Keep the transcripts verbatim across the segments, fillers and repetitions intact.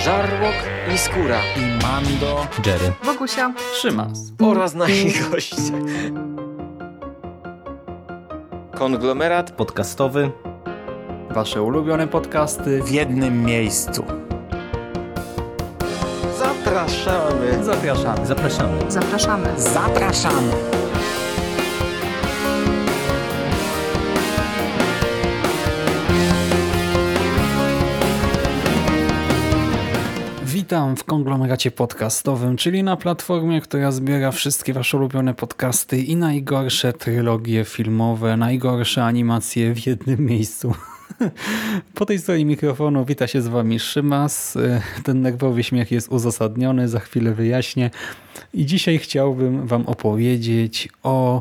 Żarłok i Skóra i Mando, Jerry, Wokusia, Szymas oraz nasi goście. Konglomerat podcastowy. Wasze ulubione podcasty w jednym miejscu. Zapraszamy. Zapraszamy. Zapraszamy. zapraszamy. Zapraszamy. Witam w konglomeracie podcastowym, czyli na platformie, która zbiera wszystkie wasze ulubione podcasty i najgorsze trylogie filmowe, najgorsze animacje w jednym miejscu. Po tej stronie mikrofonu wita się z wami Szymas. Ten nerwowy śmiech jest uzasadniony, za chwilę wyjaśnię. I dzisiaj chciałbym wam opowiedzieć o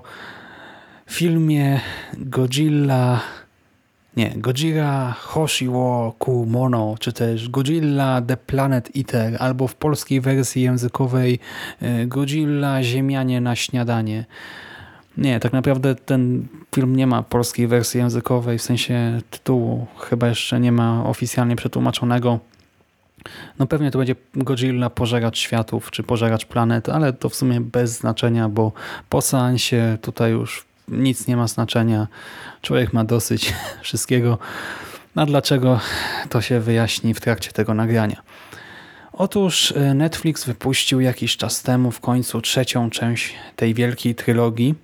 filmie Godzilla... Nie, Godzilla Hoshi wo Kumono, czy też Godzilla The Planet Eater, albo w polskiej wersji językowej Godzilla Ziemianie na śniadanie. Nie, tak naprawdę ten film nie ma polskiej wersji językowej, w sensie tytułu chyba jeszcze nie ma oficjalnie przetłumaczonego. No pewnie to będzie Godzilla Pożeracz Światów, czy Pożeracz Planet, ale to w sumie bez znaczenia, bo po seansie tutaj już nic nie ma znaczenia. Człowiek ma dosyć wszystkiego. A dlaczego, to się wyjaśni w trakcie tego nagrania. Otóż Netflix wypuścił jakiś czas temu w końcu trzecią część tej wielkiej trylogii.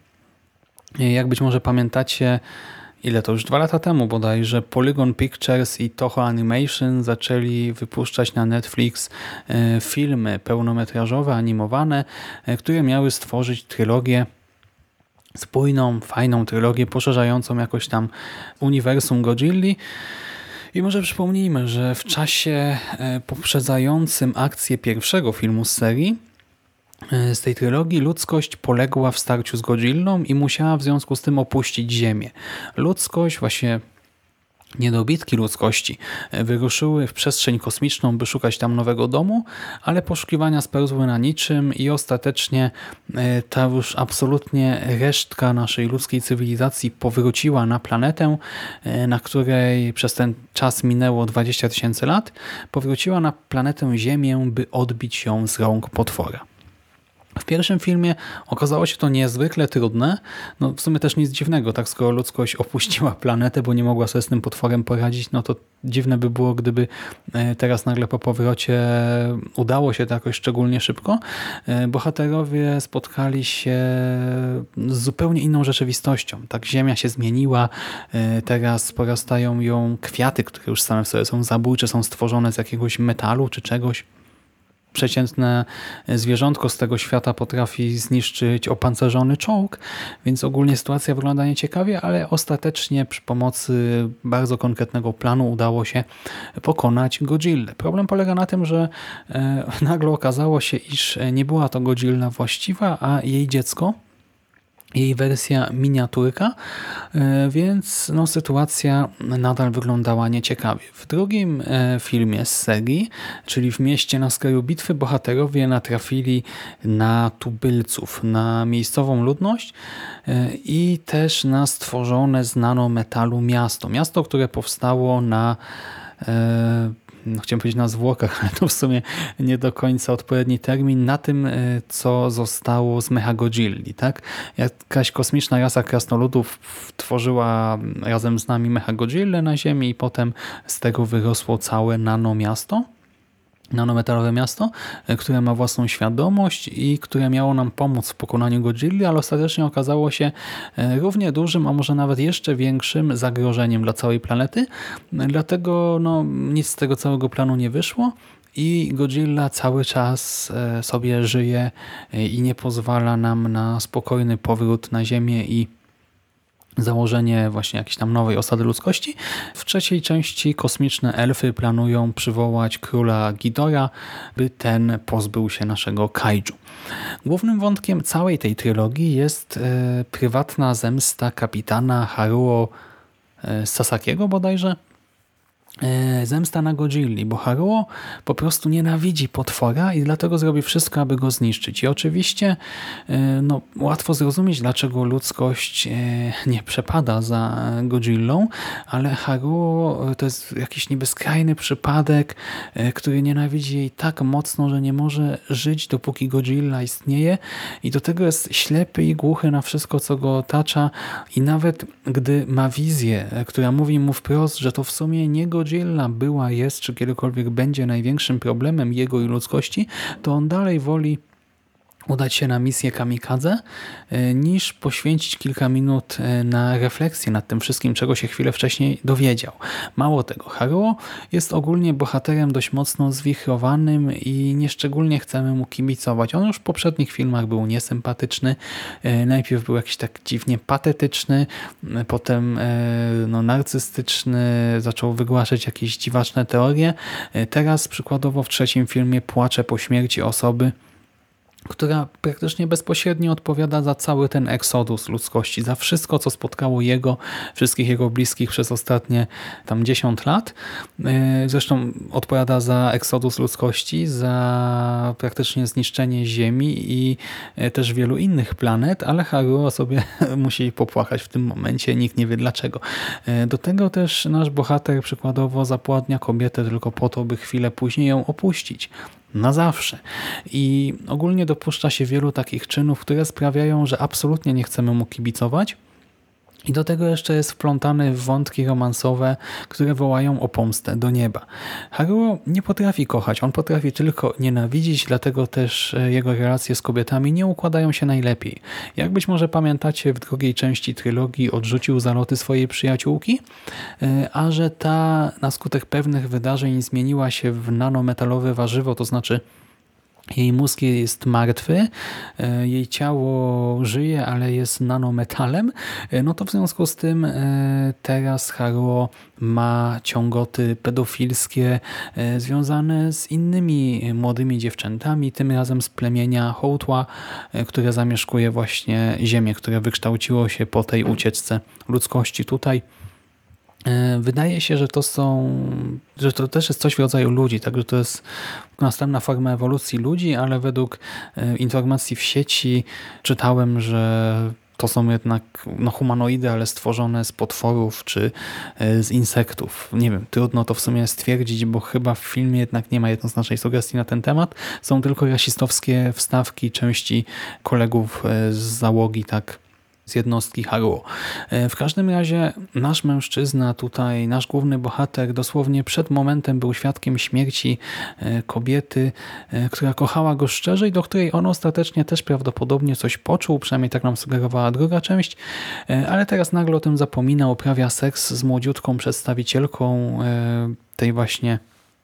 Jak być może pamiętacie, ile to już dwa lata temu bodajże, Polygon Pictures i Toho Animation zaczęli wypuszczać na Netflix filmy pełnometrażowe, animowane, które miały stworzyć trylogię, spójną, fajną trylogię poszerzającą jakoś tam uniwersum Godzilli. I może przypomnijmy, że w czasie poprzedzającym akcję pierwszego filmu z serii, z tej trylogii, ludzkość poległa w starciu z Godzillą i musiała w związku z tym opuścić Ziemię. Ludzkość, właśnie niedobitki ludzkości, wyruszyły w przestrzeń kosmiczną, by szukać tam nowego domu, ale poszukiwania spełzły na niczym i ostatecznie ta już absolutnie resztka naszej ludzkiej cywilizacji powróciła na planetę, na której przez ten czas minęło dwadzieścia tysięcy lat. Powróciła na planetę Ziemię, by odbić ją z rąk potwora. W pierwszym filmie okazało się to niezwykle trudne. No w sumie też nic dziwnego, tak, skoro ludzkość opuściła planetę, bo nie mogła sobie z tym potworem poradzić, no to dziwne by było, gdyby teraz nagle po powrocie udało się to jakoś szczególnie szybko. Bohaterowie spotkali się z zupełnie inną rzeczywistością. Tak, Ziemia się zmieniła, teraz porastają ją kwiaty, które już same w sobie są zabójcze, są stworzone z jakiegoś metalu czy czegoś. Przeciętne zwierzątko z tego świata potrafi zniszczyć opancerzony czołg, więc ogólnie sytuacja wygląda nieciekawie, ale ostatecznie przy pomocy bardzo konkretnego planu udało się pokonać Godzillę. Problem polega na tym, że e, nagle okazało się, iż nie była to Godzilla właściwa, a jej dziecko, jej wersja miniaturka, więc no, sytuacja nadal wyglądała nieciekawie. W drugim filmie z serii, czyli w mieście na skraju bitwy, bohaterowie natrafili na tubylców, na miejscową ludność i też na stworzone z nanometalu miasto. Miasto, które powstało na no chciałem powiedzieć na zwłokach, ale to w sumie nie do końca odpowiedni termin, na tym, co zostało z Mechagodzilli. Tak? Jakaś kosmiczna rasa krasnoludów tworzyła razem z nami Mechagodzillę na Ziemi i potem z tego wyrosło całe nanomiasto. nanometalowe miasto, które ma własną świadomość i które miało nam pomóc w pokonaniu Godzilli, ale ostatecznie okazało się równie dużym, a może nawet jeszcze większym zagrożeniem dla całej planety. Dlatego no, nic z tego całego planu nie wyszło i Godzilla cały czas sobie żyje i nie pozwala nam na spokojny powrót na Ziemię i założenie właśnie jakiejś tam nowej osady ludzkości. W trzeciej części kosmiczne elfy planują przywołać króla Ghidorah, by ten pozbył się naszego kaiju. Głównym wątkiem całej tej trylogii jest e, prywatna zemsta kapitana Haruo e, Sasakiego bodajże, Zemsta na Godzilli, bo Haruo po prostu nienawidzi potwora i dlatego zrobi wszystko, aby go zniszczyć. I oczywiście no, łatwo zrozumieć, dlaczego ludzkość nie przepada za Godzillą, ale Haruo to jest jakiś niby skrajny przypadek, który nienawidzi jej tak mocno, że nie może żyć, dopóki Godzilla istnieje i do tego jest ślepy i głuchy na wszystko, co go otacza i nawet gdy ma wizję, która mówi mu wprost, że to w sumie nie Godzilla była, jest, czy kiedykolwiek będzie największym problemem jego i ludzkości, to on dalej woli udać się na misję kamikadze, niż poświęcić kilka minut na refleksję nad tym wszystkim, czego się chwilę wcześniej dowiedział. Mało tego, Haruo jest ogólnie bohaterem dość mocno zwichrowanym i nieszczególnie chcemy mu kibicować. On już w poprzednich filmach był niesympatyczny, najpierw był jakiś tak dziwnie patetyczny, potem no, narcystyczny, zaczął wygłaszać jakieś dziwaczne teorie. Teraz przykładowo w trzecim filmie płacze po śmierci osoby, która praktycznie bezpośrednio odpowiada za cały ten eksodus ludzkości, za wszystko, co spotkało jego, wszystkich jego bliskich przez ostatnie tam dziesiąt lat. Zresztą odpowiada za eksodus ludzkości, za praktycznie zniszczenie Ziemi i też wielu innych planet, ale Haruo sobie musi popłakać w tym momencie, nikt nie wie dlaczego. Do tego też nasz bohater przykładowo zapładnia kobietę tylko po to, by chwilę później ją opuścić. Na zawsze. I ogólnie dopuszcza się wielu takich czynów, które sprawiają, że absolutnie nie chcemy mu kibicować. I do tego jeszcze jest wplątany w wątki romansowe, które wołają o pomstę do nieba. Haruo nie potrafi kochać, on potrafi tylko nienawidzić, dlatego też jego relacje z kobietami nie układają się najlepiej. Jak być może pamiętacie, w drugiej części trylogii odrzucił zaloty swojej przyjaciółki, a że ta na skutek pewnych wydarzeń zmieniła się w nanometalowe warzywo, to znaczy jej mózg jest martwy, jej ciało żyje, ale jest nanometalem, no to w związku z tym teraz Haruo ma ciągoty pedofilskie związane z innymi młodymi dziewczętami, tym razem z plemienia Hołtła, które zamieszkuje właśnie ziemię, które wykształciło się po tej ucieczce ludzkości tutaj. Wydaje się, że to są, że to też jest coś w rodzaju ludzi, także to jest następna forma ewolucji ludzi, ale według informacji w sieci czytałem, że to są jednak no, humanoidy, ale stworzone z potworów czy z insektów. Nie wiem, trudno to w sumie stwierdzić, bo chyba w filmie jednak nie ma jednoznacznej sugestii na ten temat. Są tylko rasistowskie wstawki części kolegów z załogi, tak, z jednostki Haruo. W każdym razie nasz mężczyzna tutaj, nasz główny bohater dosłownie przed momentem był świadkiem śmierci kobiety, która kochała go szczerze i do której on ostatecznie też prawdopodobnie coś poczuł, przynajmniej tak nam sugerowała druga część, ale teraz nagle o tym zapomina, uprawia seks z młodziutką przedstawicielką tej właśnie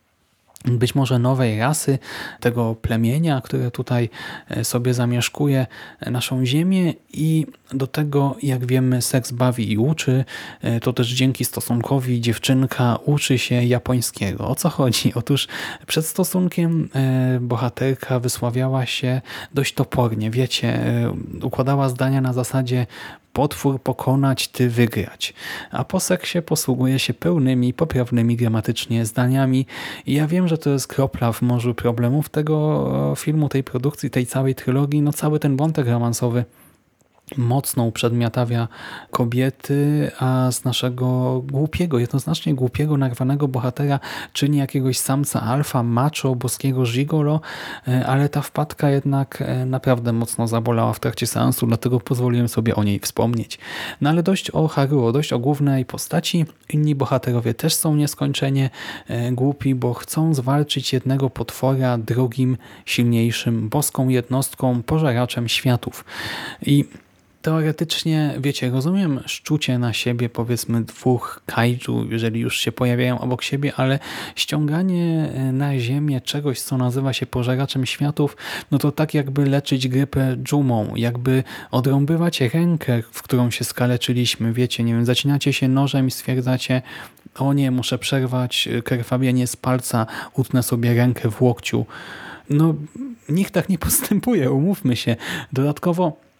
być może nowej rasy, tego plemienia, które tutaj sobie zamieszkuje naszą ziemię i do tego, jak wiemy, seks bawi i uczy, to też dzięki stosunkowi dziewczynka uczy się japońskiego. O co chodzi? Otóż przed stosunkiem bohaterka wysławiała się dość topornie, wiecie, układała zdania na zasadzie potwór pokonać, ty wygrać. A po seksie posługuje się pełnymi, poprawnymi gramatycznie zdaniami. I ja wiem, że to jest kropla w morzu problemów tego filmu, tej produkcji, tej całej trylogii. No cały ten wątek romansowy mocno uprzedmiotawia kobiety, a z naszego głupiego, jednoznacznie głupiego, narwanego bohatera czyni jakiegoś samca alfa, macho, boskiego gigolo, ale ta wpadka jednak naprawdę mocno zabolała w trakcie seansu, dlatego pozwoliłem sobie o niej wspomnieć. No ale dość o Haruo, dość o głównej postaci. Inni bohaterowie też są nieskończenie głupi, bo chcą zwalczyć jednego potwora drugim, silniejszym, boską jednostką, pożeraczem światów. I teoretycznie, wiecie, rozumiem szczucie na siebie, powiedzmy, dwóch kaiju, jeżeli już się pojawiają obok siebie, ale ściąganie na ziemię czegoś, co nazywa się pożeraczem światów, no to tak jakby leczyć grypę dżumą, jakby odrąbywać rękę, w którą się skaleczyliśmy, wiecie, nie wiem, zacinacie się nożem i stwierdzacie, o nie, muszę przerwać krwawienie z palca, utnę sobie rękę w łokciu. No, nikt tak nie postępuje, umówmy się. Dodatkowo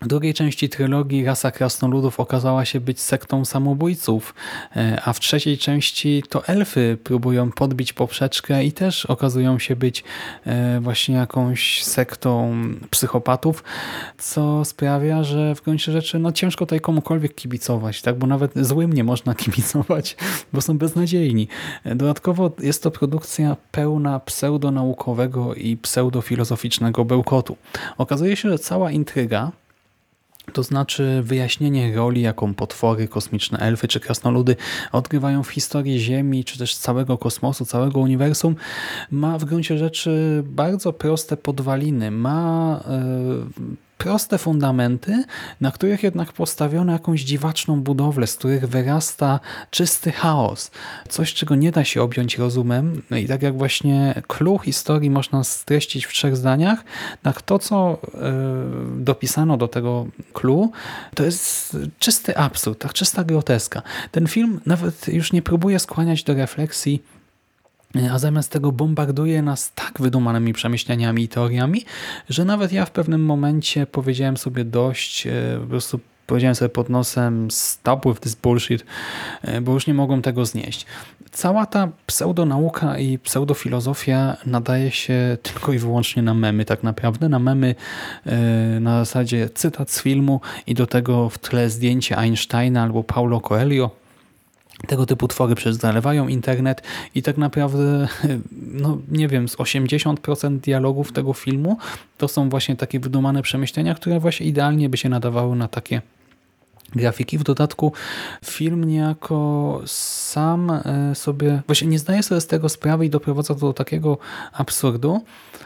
W drugiej części trylogii rasa krasnoludów okazała się być sektą samobójców, a w trzeciej części to elfy próbują podbić poprzeczkę i też okazują się być właśnie jakąś sektą psychopatów, co sprawia, że w gruncie rzeczy no ciężko tutaj komukolwiek kibicować, tak? Bo nawet złym nie można kibicować, bo są beznadziejni. Dodatkowo jest to produkcja pełna pseudonaukowego i pseudofilozoficznego bełkotu. Okazuje się, że cała intryga, to znaczy wyjaśnienie roli, jaką potwory, kosmiczne elfy czy krasnoludy odgrywają w historii Ziemi, czy też całego kosmosu, całego uniwersum, ma w gruncie rzeczy bardzo proste podwaliny, ma yy, proste fundamenty, na których jednak postawiono jakąś dziwaczną budowlę, z których wyrasta czysty chaos. Coś, czego nie da się objąć rozumem. No i tak jak właśnie clue historii można streścić w trzech zdaniach, tak to, co yy, dopisano do tego clue, to jest czysty absurd, tak czysta groteska. Ten film nawet już nie próbuje skłaniać do refleksji, a zamiast tego bombarduje nas tak wydumanymi przemyśleniami i teoriami, że nawet ja w pewnym momencie powiedziałem sobie dość, po prostu powiedziałem sobie pod nosem stop with this bullshit, bo już nie mogłem tego znieść. Cała ta pseudonauka i pseudofilozofia nadaje się tylko i wyłącznie na memy tak naprawdę, na memy na zasadzie cytat z filmu i do tego w tle zdjęcie Einsteina albo Paulo Coelho. Tego typu twory przecież zalewają internet i tak naprawdę, no nie wiem, z osiemdziesiąt procent dialogów tego filmu to są właśnie takie wydumane przemyślenia, które właśnie idealnie by się nadawały na takie grafiki. W dodatku film niejako sam sobie, właśnie nie zdaje sobie z tego sprawy i doprowadza to do takiego absurdu,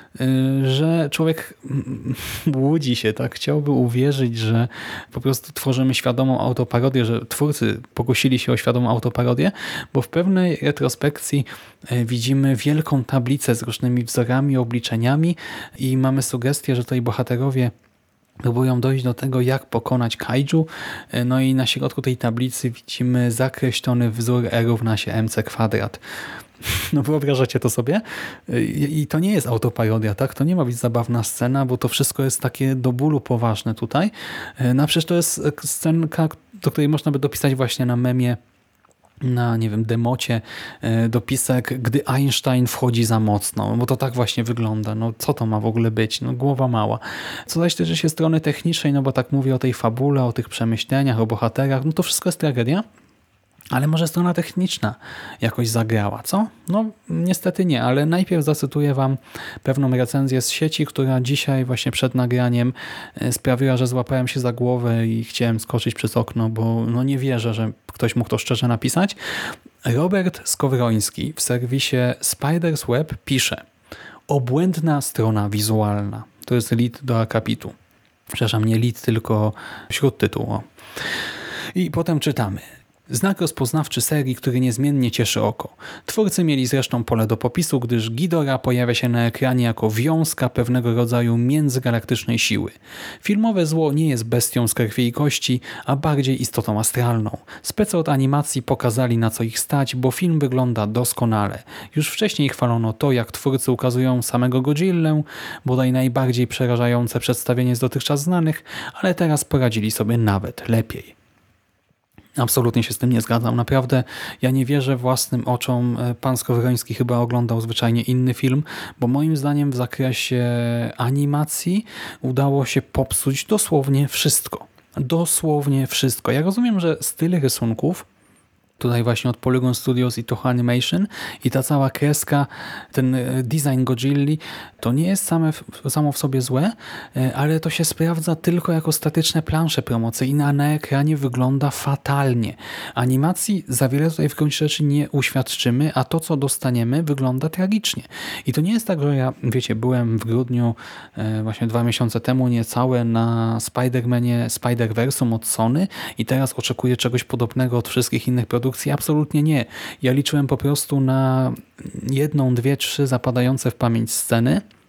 że człowiek łudzi się, tak? Chciałby uwierzyć, że po prostu tworzymy świadomą autoparodię, że twórcy pokusili się o świadomą autoparodię, bo w pewnej retrospekcji widzimy wielką tablicę z różnymi wzorami, obliczeniami i mamy sugestię, że tutaj bohaterowie próbują dojść do tego, jak pokonać kaiju. No i na środku tej tablicy widzimy zakreślony wzór E równa się mc kwadrat. No wyobrażacie to sobie? I to nie jest autoparodia, tak? To nie ma być zabawna scena, bo to wszystko jest takie do bólu poważne tutaj. No a przecież to jest scenka, do której można by dopisać właśnie na memie, na, nie wiem, democie dopisek, gdy Einstein wchodzi za mocno, bo to tak właśnie wygląda. No co to ma w ogóle być? No głowa mała. Co zaś tyczy się strony technicznej, no bo tak mówię o tej fabule, o tych przemyśleniach, o bohaterach, no to wszystko jest tragedia. Ale może strona techniczna jakoś zagrała, co? No niestety nie, ale najpierw zacytuję Wam pewną recenzję z sieci, która dzisiaj właśnie przed nagraniem sprawiła, że złapałem się za głowę i chciałem skoczyć przez okno, bo no nie wierzę, że ktoś mógł to szczerze napisać. Robert Skowroński w serwisie Spider's Web pisze: obłędna strona wizualna. To jest lead do akapitu. Przepraszam, nie lead, tylko śródtytuł. O. I potem czytamy. Znak rozpoznawczy serii, który niezmiennie cieszy oko. Twórcy mieli zresztą pole do popisu, gdyż Ghidorah pojawia się na ekranie jako wiązka pewnego rodzaju międzygalaktycznej siły. Filmowe zło nie jest bestią z krwi i kości, a bardziej istotą astralną. Specy od animacji pokazali, na co ich stać, bo film wygląda doskonale. Już wcześniej chwalono to, jak twórcy ukazują samego Godzillę, bodaj najbardziej przerażające przedstawienie z dotychczas znanych, ale teraz poradzili sobie nawet lepiej. Absolutnie się z tym nie zgadzam. Naprawdę ja nie wierzę własnym oczom. Pan Skowroński chyba oglądał zwyczajnie inny film, bo moim zdaniem w zakresie animacji udało się popsuć dosłownie wszystko. Dosłownie wszystko. Ja rozumiem, że styl rysunków tutaj właśnie od Polygon Studios i Toho Animation i ta cała kreska, ten design Godzilli, to nie jest same, samo w sobie złe, ale to się sprawdza tylko jako statyczne plansze promocyjne, a na ekranie wygląda fatalnie. Animacji za wiele tutaj w gruncie rzeczy nie uświadczymy, a to, co dostaniemy, wygląda tragicznie. I to nie jest tak, że ja, wiecie, byłem w grudniu właśnie dwa miesiące temu niecałe na Spider-Manie Spider-Versum od Sony i teraz oczekuję czegoś podobnego od wszystkich innych produktów. Absolutnie nie. Ja liczyłem po prostu na jedną, dwie, trzy zapadające w pamięć sceny,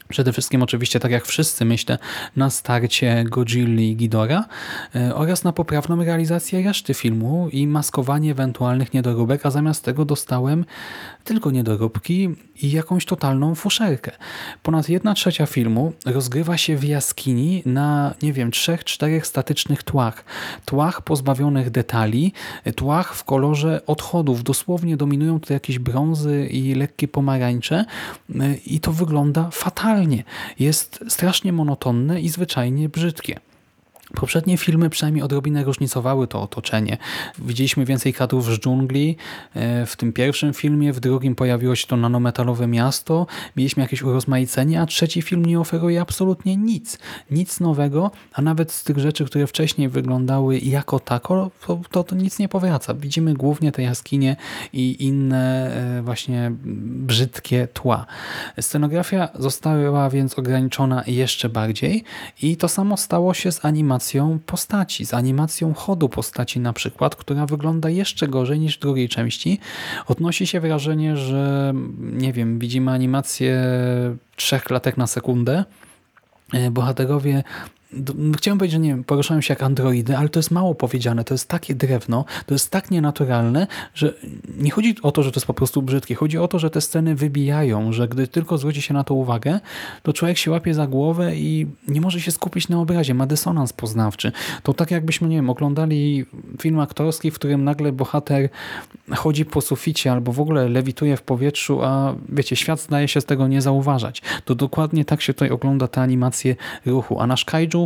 Przede wszystkim oczywiście, tak jak wszyscy myślę, na starcie Godzilli i Ghidorah e, oraz na poprawną realizację reszty filmu i maskowanie ewentualnych niedoróbek, a zamiast tego dostałem tylko niedoróbki i jakąś totalną fuszerkę. Ponad jedna trzecia filmu rozgrywa się w jaskini na, nie wiem, trzech, czterech statycznych tłach. Tłach pozbawionych detali, tłach w kolorze odchodów. Dosłownie dominują tu jakieś brązy i lekkie pomarańcze i to wygląda fatalnie. Jest strasznie monotonne i zwyczajnie brzydkie. Poprzednie filmy przynajmniej odrobinę różnicowały to otoczenie. Widzieliśmy więcej kadrów z dżungli w tym pierwszym filmie, w drugim pojawiło się to nanometalowe miasto, mieliśmy jakieś urozmaicenie, a trzeci film nie oferuje absolutnie nic. Nic nowego, a nawet z tych rzeczy, które wcześniej wyglądały jako tako, to, to, to nic nie powraca. Widzimy głównie te jaskinie i inne właśnie brzydkie tła. Scenografia została więc ograniczona jeszcze bardziej i to samo stało się z animacją postaci, z animacją chodu postaci na przykład, która wygląda jeszcze gorzej niż w drugiej części. Odnosi się wrażenie, że nie wiem, widzimy animację trzech klatek na sekundę. Bohaterowie Chciałem powiedzieć, że nie wiem, poruszają się jak androidy, ale to jest mało powiedziane, to jest takie drewno, to jest tak nienaturalne, że nie chodzi o to, że to jest po prostu brzydkie, chodzi o to, że te sceny wybijają, że gdy tylko zwróci się na to uwagę, to człowiek się łapie za głowę i nie może się skupić na obrazie, ma dysonans poznawczy. To tak jakbyśmy, nie wiem, oglądali film aktorski, w którym nagle bohater chodzi po suficie albo w ogóle lewituje w powietrzu, a wiecie, świat zdaje się z tego nie zauważać. To dokładnie tak się tutaj ogląda te animacje ruchu, a nasz kaiju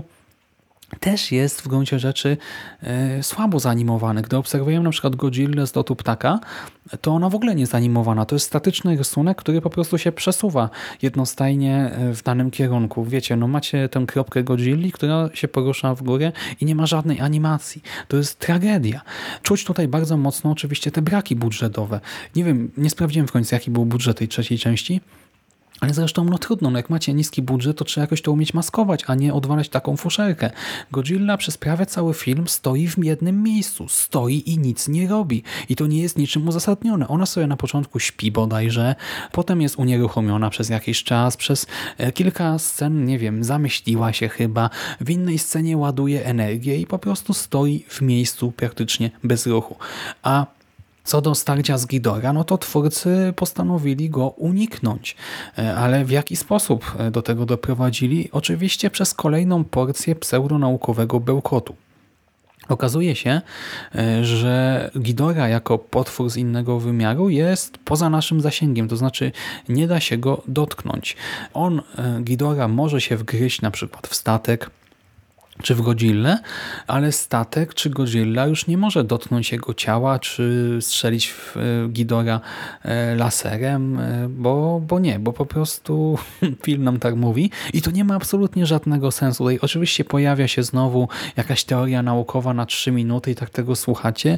też jest w gruncie rzeczy e, słabo zanimowany. Gdy obserwujemy na przykład Godzillę z lotu ptaka, to ona w ogóle nie jest animowana. To jest statyczny rysunek, który po prostu się przesuwa jednostajnie w danym kierunku. Wiecie, no macie tę kropkę Godzilli, która się porusza w górę i nie ma żadnej animacji. To jest tragedia. Czuć tutaj bardzo mocno oczywiście te braki budżetowe. Nie wiem, nie sprawdziłem w końcu, jaki był budżet tej trzeciej części, ale zresztą no trudno, no jak macie niski budżet, to trzeba jakoś to umieć maskować, a nie odwalać taką fuszerkę. Godzilla przez prawie cały film stoi w jednym miejscu. Stoi i nic nie robi. I to nie jest niczym uzasadnione. Ona sobie na początku śpi bodajże, potem jest unieruchomiona przez jakiś czas, przez kilka scen, nie wiem, zamyśliła się chyba, w innej scenie ładuje energię i po prostu stoi w miejscu praktycznie bez ruchu. A co do starcia z Ghidorah, no to twórcy postanowili go uniknąć. Ale w jaki sposób do tego doprowadzili? Oczywiście przez kolejną porcję pseudonaukowego bełkotu. Okazuje się, że Ghidorah jako potwór z innego wymiaru jest poza naszym zasięgiem, to znaczy nie da się go dotknąć. On, Ghidorah, może się wgryźć na przykład w statek, czy w Godzillę, ale statek czy Godzilla już nie może dotknąć jego ciała, czy strzelić w Ghidorah laserem, bo, bo nie, bo po prostu film nam tak mówi i to nie ma absolutnie żadnego sensu. Tutaj oczywiście pojawia się znowu jakaś teoria naukowa na trzy minuty i tak tego słuchacie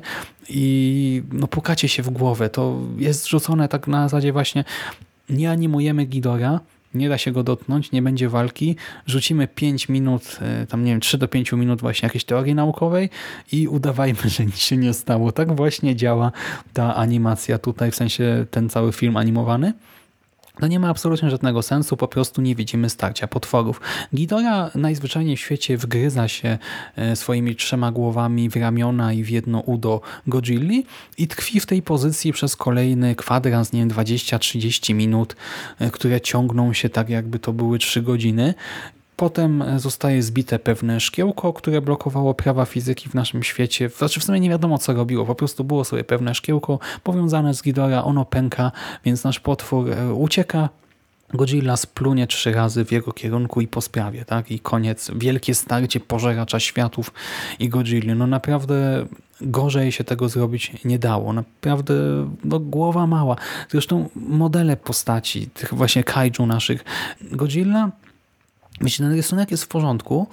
i no pukacie się w głowę. To jest rzucone tak na zasadzie właśnie nie animujemy Ghidorah, nie da się go dotknąć, nie będzie walki, rzucimy pięć minut, tam nie wiem, trzy do pięciu minut właśnie jakiejś teorii naukowej i udawajmy, że nic się nie stało. Tak właśnie działa ta animacja tutaj, w sensie ten cały film animowany. To nie ma absolutnie żadnego sensu, po prostu nie widzimy starcia potworów. Ghidorah najzwyczajniej w świecie wgryza się swoimi trzema głowami w ramiona i w jedno udo Godzilli i tkwi w tej pozycji przez kolejny kwadrans, nie wiem, dwadzieścia trzydzieści minut, które ciągną się tak, jakby to były trzy godziny. Potem zostaje zbite pewne szkiełko, które blokowało prawa fizyki w naszym świecie. Znaczy w sumie nie wiadomo, co robiło. Po prostu było sobie pewne szkiełko powiązane z Ghidorah, ono pęka, więc nasz potwór ucieka. Godzilla splunie trzy razy w jego kierunku i po sprawie, tak? I koniec. Wielkie starcie pożeracza światów i Godzilli. No naprawdę gorzej się tego zrobić nie dało. Naprawdę no, głowa mała. Zresztą modele postaci, tych właśnie kaiju naszych. Godzilla, myślę, ten rysunek jest w porządku,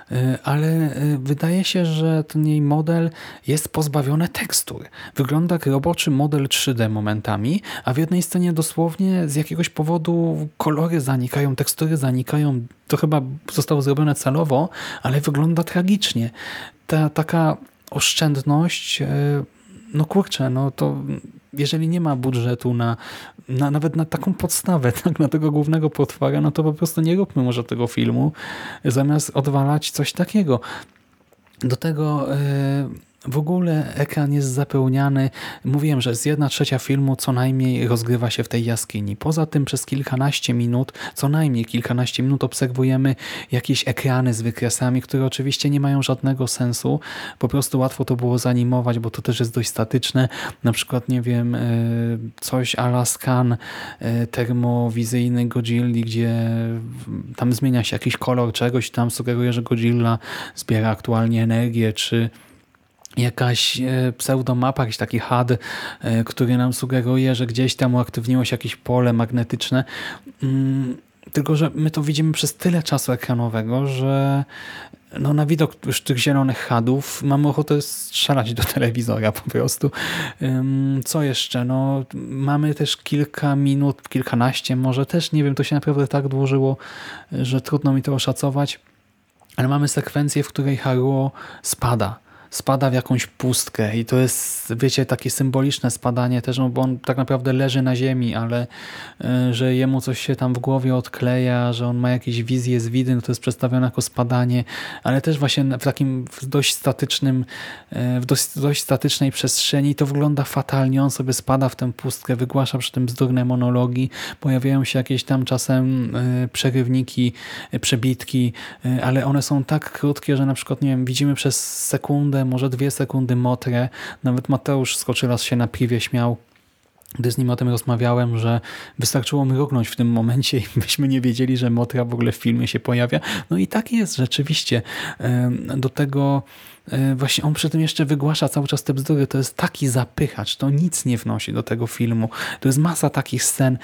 ale wydaje się, że ten jej model jest pozbawiony tekstur. Wygląda jak roboczy model trzy D momentami, a w jednej scenie dosłownie z jakiegoś powodu kolory zanikają, tekstury zanikają. To chyba zostało zrobione celowo, ale wygląda tragicznie. Ta taka oszczędność, no kurczę, no to jeżeli nie ma budżetu na, na nawet na taką podstawę, tak, na tego głównego potwora, no to po prostu nie róbmy może tego filmu, zamiast odwalać coś takiego. Do tego yy, w ogóle ekran jest zapełniany. Mówiłem, że z jedna trzecia filmu co najmniej rozgrywa się w tej jaskini. Poza tym przez kilkanaście minut, co najmniej kilkanaście minut obserwujemy jakieś ekrany z wykresami, które oczywiście nie mają żadnego sensu. Po prostu łatwo to było zanimować, bo to też jest dość statyczne. Na przykład, nie wiem, yy, coś a la skan yy, termowizyjny Godzilli, gdzie tam zmienia się jakiś kolor czegoś, tam sugeruje, że Godzilla zbiera aktualnie energię, czy jakaś pseudomapa, jakiś taki H U D, który nam sugeruje, że gdzieś tam uaktywniło się jakieś pole magnetyczne. Tylko że my to widzimy przez tyle czasu ekranowego, że no na widok już tych zielonych hadów mamy ochotę strzelać do telewizora po prostu. Co jeszcze? No, mamy też kilka minut, kilkanaście może też, nie wiem, to się naprawdę tak dłużyło, że trudno mi to oszacować, ale mamy sekwencję, w której Haruo spada. Spada w jakąś pustkę i to jest, wiecie, takie symboliczne spadanie też, no bo on tak naprawdę leży na ziemi, ale y, że jemu coś się tam w głowie odkleja, że on ma jakieś wizje z widy, no to jest przedstawione jako spadanie, ale też właśnie w takim w dość statycznym, y, w dość, dość statycznej przestrzeni to wygląda fatalnie. On sobie spada w tę pustkę, wygłasza przy tym bzdurne monologi, pojawiają się jakieś tam czasem y, przerywniki, y, przebitki, y, ale one są tak krótkie, że na przykład, nie wiem, widzimy przez sekundę, może dwie sekundy Motrę. Nawet Mateusz Skoczylas się na piwie śmiał, gdy z nim o tym rozmawiałem, że wystarczyło mrugnąć w tym momencie i byśmy nie wiedzieli, że Motra w ogóle w filmie się pojawia. No i tak jest rzeczywiście. Do tego właśnie on przy tym jeszcze wygłasza cały czas te bzdury. To jest taki zapychacz. To nic nie wnosi do tego filmu. To jest masa takich scen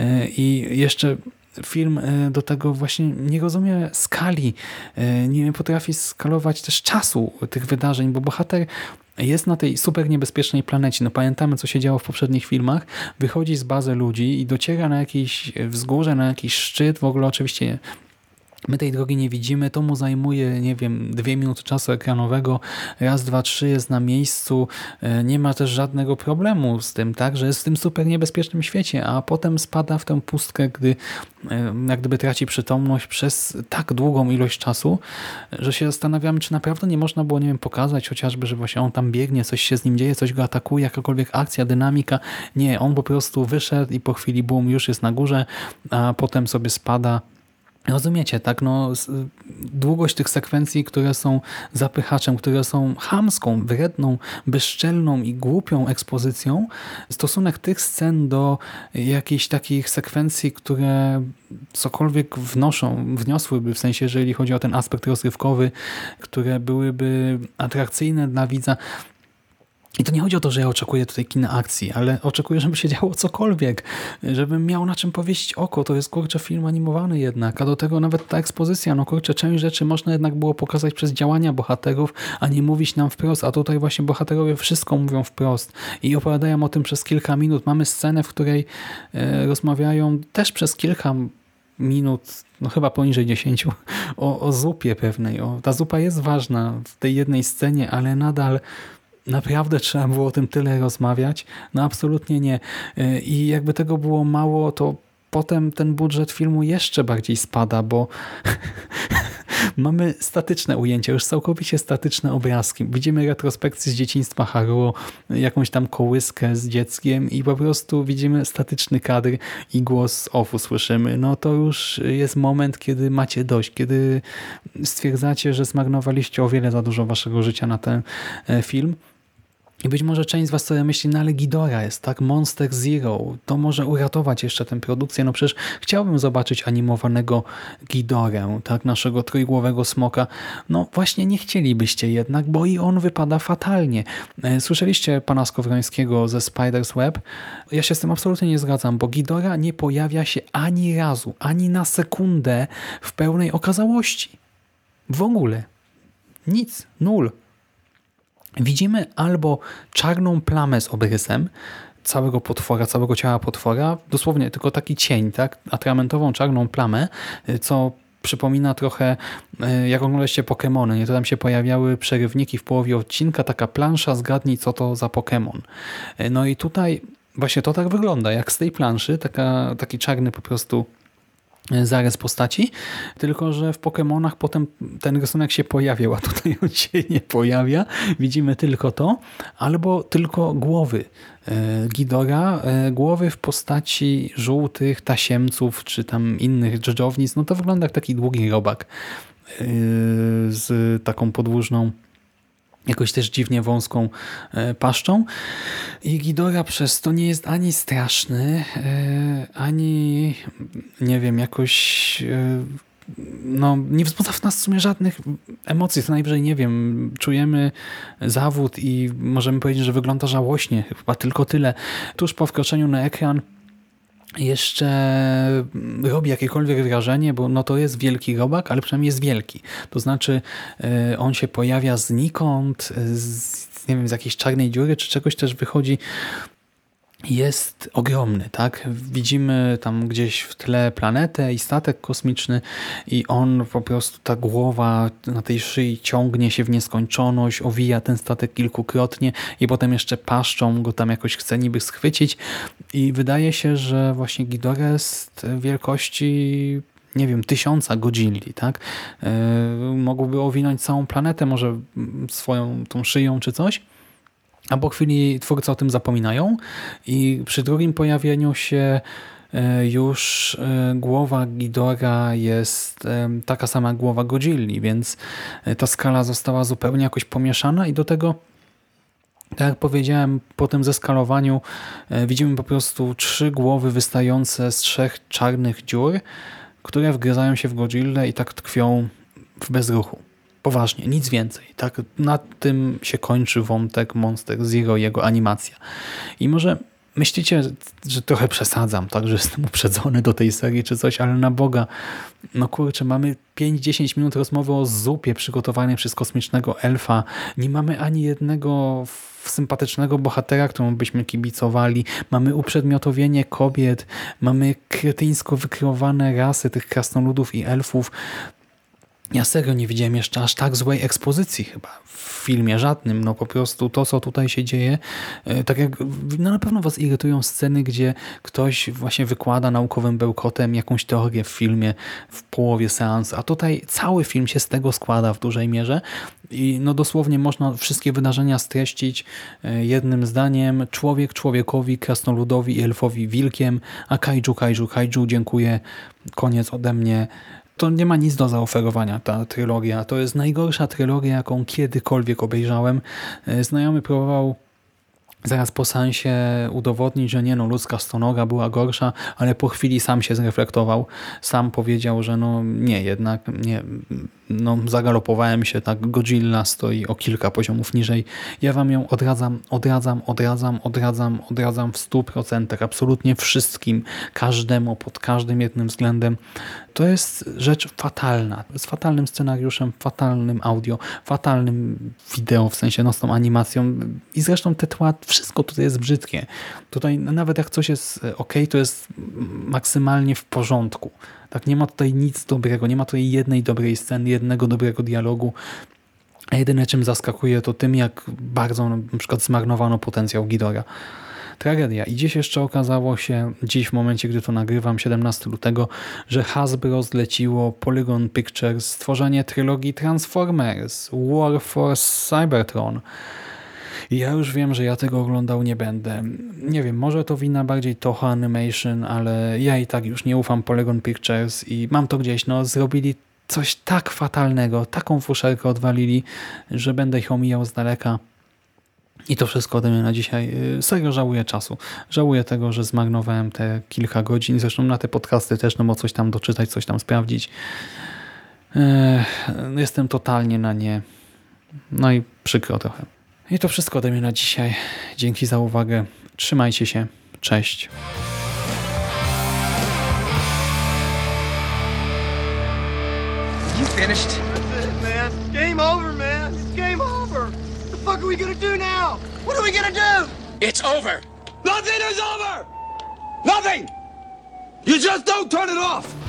i jeszcze film do tego właśnie nie rozumie skali, nie potrafi skalować też czasu tych wydarzeń, bo bohater jest na tej super niebezpiecznej planecie. No pamiętamy, co się działo w poprzednich filmach. Wychodzi z bazy ludzi i dociera na jakieś wzgórze, na jakiś szczyt. W ogóle oczywiście my tej drogi nie widzimy, to mu zajmuje, nie wiem, dwie minuty czasu ekranowego, raz, dwa, trzy jest na miejscu, nie ma też żadnego problemu z tym, tak, że jest w tym super niebezpiecznym świecie, a potem spada w tę pustkę, gdy jak gdyby traci przytomność przez tak długą ilość czasu, że się zastanawiamy, czy naprawdę nie można było, nie wiem, pokazać chociażby, że właśnie on tam biegnie, coś się z nim dzieje, coś go atakuje, jakakolwiek akcja, dynamika. Nie, on po prostu wyszedł i po chwili boom, już jest na górze, a potem sobie spada. Rozumiecie, tak? No, długość tych sekwencji, które są zapychaczem, które są chamską, wredną, bezczelną i głupią ekspozycją, stosunek tych scen do jakichś takich sekwencji, które cokolwiek wnoszą, wniosłyby, w sensie, jeżeli chodzi o ten aspekt rozrywkowy, które byłyby atrakcyjne dla widza. I to nie chodzi o to, że ja oczekuję tutaj kina akcji, ale oczekuję, żeby się działo cokolwiek, żebym miał na czym powiesić oko. To jest, kurczę, film animowany jednak, a do tego nawet ta ekspozycja, no kurczę, część rzeczy można jednak było pokazać przez działania bohaterów, a nie mówić nam wprost, a tutaj właśnie bohaterowie wszystko mówią wprost i opowiadają o tym przez kilka minut. Mamy scenę, w której e, rozmawiają też przez kilka minut, no chyba poniżej dziesięciu, o, o zupie pewnej. O, ta zupa jest ważna w tej jednej scenie, ale nadal naprawdę trzeba było o tym tyle rozmawiać? No absolutnie nie. I jakby tego było mało, to potem ten budżet filmu jeszcze bardziej spada, bo mamy statyczne ujęcia, już całkowicie statyczne obrazki. Widzimy retrospekcję z dzieciństwa Haruo, jakąś tam kołyskę z dzieckiem i po prostu widzimy statyczny kadr i głos z offu słyszymy. No to już jest moment, kiedy macie dość, kiedy stwierdzacie, że zmarnowaliście o wiele za dużo waszego życia na ten film. I być może część z was sobie myśli, no ale Ghidorah jest, tak? Monster Zero. To może uratować jeszcze tę produkcję. No przecież chciałbym zobaczyć animowanego Ghidorah, tak? Naszego trójgłowego smoka. No właśnie nie chcielibyście jednak, bo i on wypada fatalnie. Słyszeliście pana Skowrońskiego ze Spider's Web? Ja się z tym absolutnie nie zgadzam, bo Ghidorah nie pojawia się ani razu, ani na sekundę w pełnej okazałości. W ogóle. Nic. Nul. Widzimy albo czarną plamę z obrysem całego potwora, całego ciała potwora, dosłownie tylko taki cień, tak? Atramentową czarną plamę, co przypomina trochę, jak oglądaliście Pokemony, nie? To tam się pojawiały przerywniki w połowie odcinka, taka plansza, zgadnij co to za Pokemon. No i tutaj właśnie to tak wygląda, jak z tej planszy, taka, taki czarny po prostu zarys postaci, tylko że w Pokémonach potem ten rysunek się pojawiał, a tutaj on się nie pojawia. Widzimy tylko to, albo tylko głowy Ghidorah, głowy w postaci żółtych tasiemców, czy tam innych dżdżownic. No to wygląda jak taki długi robak z taką podłużną, jakoś też dziwnie wąską paszczą. I Ghidorah przez to nie jest ani straszny, ani nie wiem, jakoś no, nie wzbudza w nas w sumie żadnych emocji. Co najwyżej, nie wiem, czujemy zawód i możemy powiedzieć, że wygląda żałośnie. Chyba tylko tyle. Tuż po wkroczeniu na ekran jeszcze robi jakiekolwiek wrażenie, bo no to jest wielki robak, ale przynajmniej jest wielki. To znaczy on się pojawia znikąd, z, nie wiem, z jakiejś czarnej dziury, czy czegoś też wychodzi. Jest ogromny, tak? Widzimy tam gdzieś w tle planetę i statek kosmiczny i on po prostu, ta głowa na tej szyi ciągnie się w nieskończoność, owija ten statek kilkukrotnie i potem jeszcze paszczą go tam jakoś chce niby schwycić i wydaje się, że właśnie Ghidorah jest wielkości, nie wiem, tysiąca Godzilli, tak? Yy, mogłoby owinąć całą planetę może swoją tą szyją czy coś. A po chwili twórcy o tym zapominają i przy drugim pojawieniu się już głowa Ghidorah jest taka sama jak głowa Godzilli, więc ta skala została zupełnie jakoś pomieszana i do tego, tak jak powiedziałem, po tym zeskalowaniu widzimy po prostu trzy głowy wystające z trzech czarnych dziur, które wgryzają się w Godzillę i tak tkwią w bezruchu. Poważnie, nic więcej. Tak, na tym się kończy wątek Monster Zero i jego animacja. I może myślicie, że trochę przesadzam, tak, że jestem uprzedzony do tej serii czy coś, ale na Boga, no kurczę, mamy pięć dziesięć minut rozmowy o zupie przygotowanej przez kosmicznego elfa. Nie mamy ani jednego sympatycznego bohatera, któremu byśmy kibicowali. Mamy uprzedmiotowienie kobiet, mamy kretyńsko wykreowane rasy tych krasnoludów i elfów. Ja serio nie widziałem jeszcze aż tak złej ekspozycji chyba w filmie żadnym. No po prostu to, co tutaj się dzieje, tak jak no na pewno was irytują sceny, gdzie ktoś właśnie wykłada naukowym bełkotem jakąś teorię w filmie w połowie seansu, a tutaj cały film się z tego składa w dużej mierze i no dosłownie można wszystkie wydarzenia streścić jednym zdaniem: człowiek człowiekowi, krasnoludowi i elfowi wilkiem, a kaiju, kaiju, kaiju, dziękuję, koniec ode mnie. To nie ma nic do zaoferowania, ta trylogia. To jest najgorsza trylogia, jaką kiedykolwiek obejrzałem. Znajomy próbował zaraz po seansie udowodnić, że nie no, ludzka stonoga była gorsza, ale po chwili sam się zreflektował. Sam powiedział, że no nie, jednak nie, no zagalopowałem się, tak, Godzilla stoi o kilka poziomów niżej. Ja wam ją odradzam, odradzam, odradzam, odradzam, odradzam w stu procentach. Absolutnie wszystkim, każdemu, pod każdym jednym względem. To jest rzecz fatalna. Z fatalnym scenariuszem, fatalnym audio, fatalnym wideo, w sensie no z tą animacją. I zresztą te tła, wszystko tutaj jest brzydkie. Tutaj nawet jak coś jest ok, to jest maksymalnie w porządku. Tak, nie ma tutaj nic dobrego, nie ma tutaj jednej dobrej sceny, jednego dobrego dialogu. A jedyne, czym zaskakuje, to tym, jak bardzo na przykład zmarnowano potencjał Ghidorah. Tragedia. I dziś jeszcze okazało się, dziś w momencie, gdy to nagrywam, siedemnastego lutego, że Hasbro zleciło Polygon Pictures stworzenie trylogii Transformers War for Cybertron. I ja już wiem, że ja tego oglądał nie będę. Nie wiem, może to wina bardziej Toho Animation, ale ja i tak już nie ufam Polygon Pictures i mam to gdzieś, no zrobili coś tak fatalnego, taką fuszerkę odwalili, że będę ich omijał z daleka. I to wszystko ode mnie na dzisiaj. Serio żałuję czasu. Żałuję tego, że zmarnowałem te kilka godzin. Zresztą na te podcasty też, no bo coś tam doczytać, coś tam sprawdzić. Ech, jestem totalnie na nie. No i przykro trochę. I to wszystko ode mnie na dzisiaj. Dzięki za uwagę. Trzymajcie się. Cześć. You finished? That's it, man. Game over, man. It's game over. What the fuck are we gonna do now? What are we gonna do? It's over. Nothing is over! Nothing! You just don't turn it off!